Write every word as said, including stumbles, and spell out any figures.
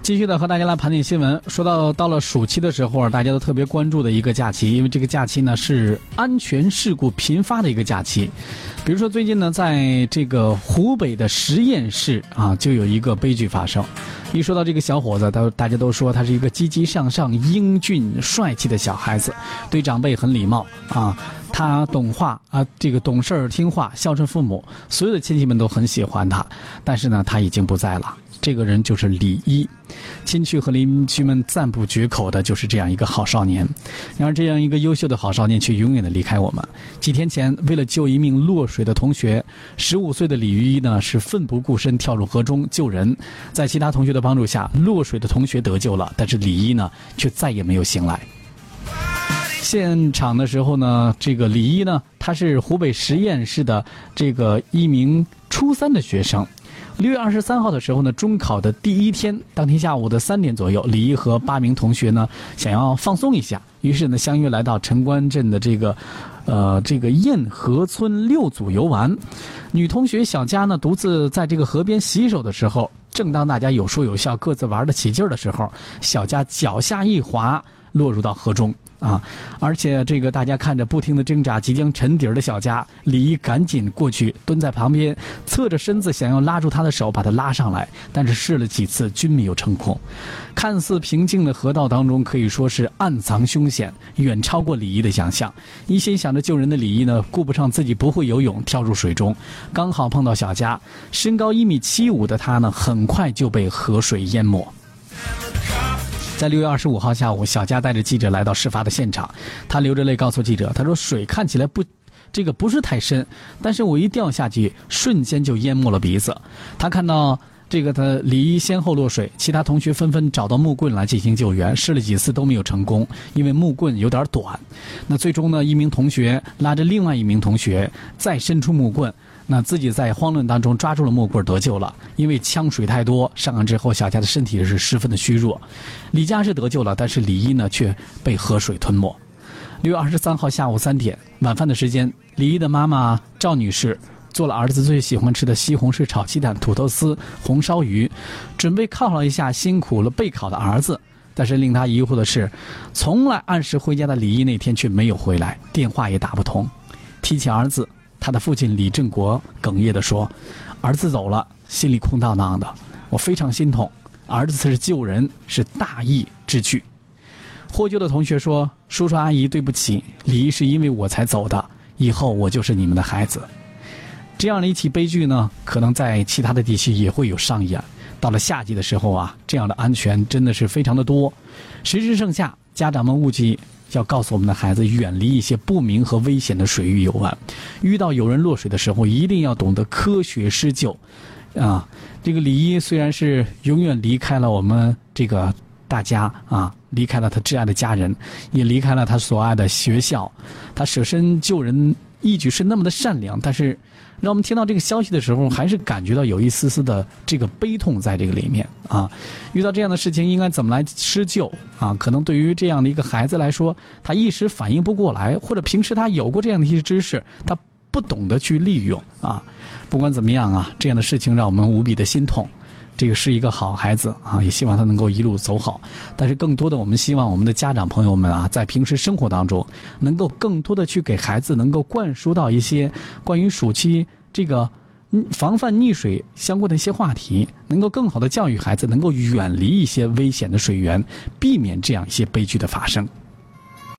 继续的和大家来盘点新闻。说到到了暑期的时候，大家都特别关注的一个假期，因为这个假期呢是安全事故频发的一个假期。比如说最近呢，在这个湖北的十堰市啊，就有一个悲剧发生。一说到这个小伙子，大大家都说他是一个积极向上、英俊帅气的小孩子，对长辈很礼貌啊，他懂话啊，这个懂事儿听话，孝顺父母，所有的亲戚们都很喜欢他。但是呢，他已经不在了。这个人就是李一，亲戚和邻居们赞不绝口的就是这样一个好少年。然而这样一个优秀的好少年却永远的离开我们。几天前，为了救一名落水的同学，十五岁的李一呢是奋不顾身跳入河中救人。在其他同学的帮助下，落水的同学得救了，但是李一呢却再也没有醒来。现场的时候呢，这个李一呢，他是湖北十堰市的这个一名初三的学生。六月二十三号的时候呢，中考的第一天，当天下午的三点左右，李一和八名同学呢想要放松一下，于是呢相约来到城关镇的这个，呃，这个堰河村六组游玩。女同学小佳呢独自在这个河边洗手的时候，正当大家有说有笑，各自玩得起劲儿的时候，小佳脚下一滑，落入到河中。啊！而且这个大家看着不停的挣扎、即将沉底儿的小佳，李一赶紧过去蹲在旁边，侧着身子想要拉住他的手，把他拉上来，但是试了几次均没有成功。看似平静的河道当中，可以说是暗藏凶险，远超过李一的想象。一心想着救人的李一呢，顾不上自己不会游泳，跳入水中，刚好碰到小佳，身高一米七五的他呢，很快就被河水淹没。在六月二十五号下午，小佳带着记者来到事发的现场，他流着泪告诉记者，他说水看起来不这个不是太深，但是我一掉下去，瞬间就淹没了鼻子。他看到这个他李一先后落水，其他同学纷纷找到木棍来进行救援，试了几次都没有成功，因为木棍有点短。那最终呢，一名同学拉着另外一名同学再伸出木棍，那自己在慌乱当中抓住了木棍得救了。因为呛水太多，上岸之后小佳的身体是十分的虚弱。李佳是得救了，但是李一呢却被河水吞没。六月二十三号下午三点，晚饭的时间，李一的妈妈赵女士做了儿子最喜欢吃的西红柿炒鸡蛋、土豆丝、红烧鱼，准备犒劳一下辛苦了备考的儿子。但是令他疑惑的是，从来按时回家的李一那天却没有回来，电话也打不通。提起儿子，他的父亲李正国哽咽地说，儿子走了，心里空荡荡的，我非常心痛，儿子是救人，是大义之举。获救的同学说，叔叔阿姨对不起，李一是因为我才走的，以后我就是你们的孩子。这样的一起悲剧呢，可能在其他的地区也会有上演。到了夏季的时候啊，这样的安全真的是非常的多。时至盛夏，家长们务必要告诉我们的孩子，远离一些不明和危险的水域游玩。遇到有人落水的时候，一定要懂得科学施救。啊，这个李一虽然是永远离开了我们这个大家啊，离开了他挚爱的家人，也离开了他所爱的学校，他舍身救人一举是那么的善良，但是让我们听到这个消息的时候，还是感觉到有一丝丝的这个悲痛在这个里面啊。遇到这样的事情，应该怎么来施救啊？可能对于这样的一个孩子来说，他一时反应不过来，或者平时他有过这样的一些知识，他不懂得去利用啊。不管怎么样啊，这样的事情让我们无比的心痛。这个是一个好孩子啊，也希望他能够一路走好。但是更多的，我们希望我们的家长朋友们啊，在平时生活当中，能够更多的去给孩子能够灌输到一些关于暑期这个防范溺水相关的一些话题，能够更好的教育孩子，能够远离一些危险的水源，避免这样一些悲剧的发生。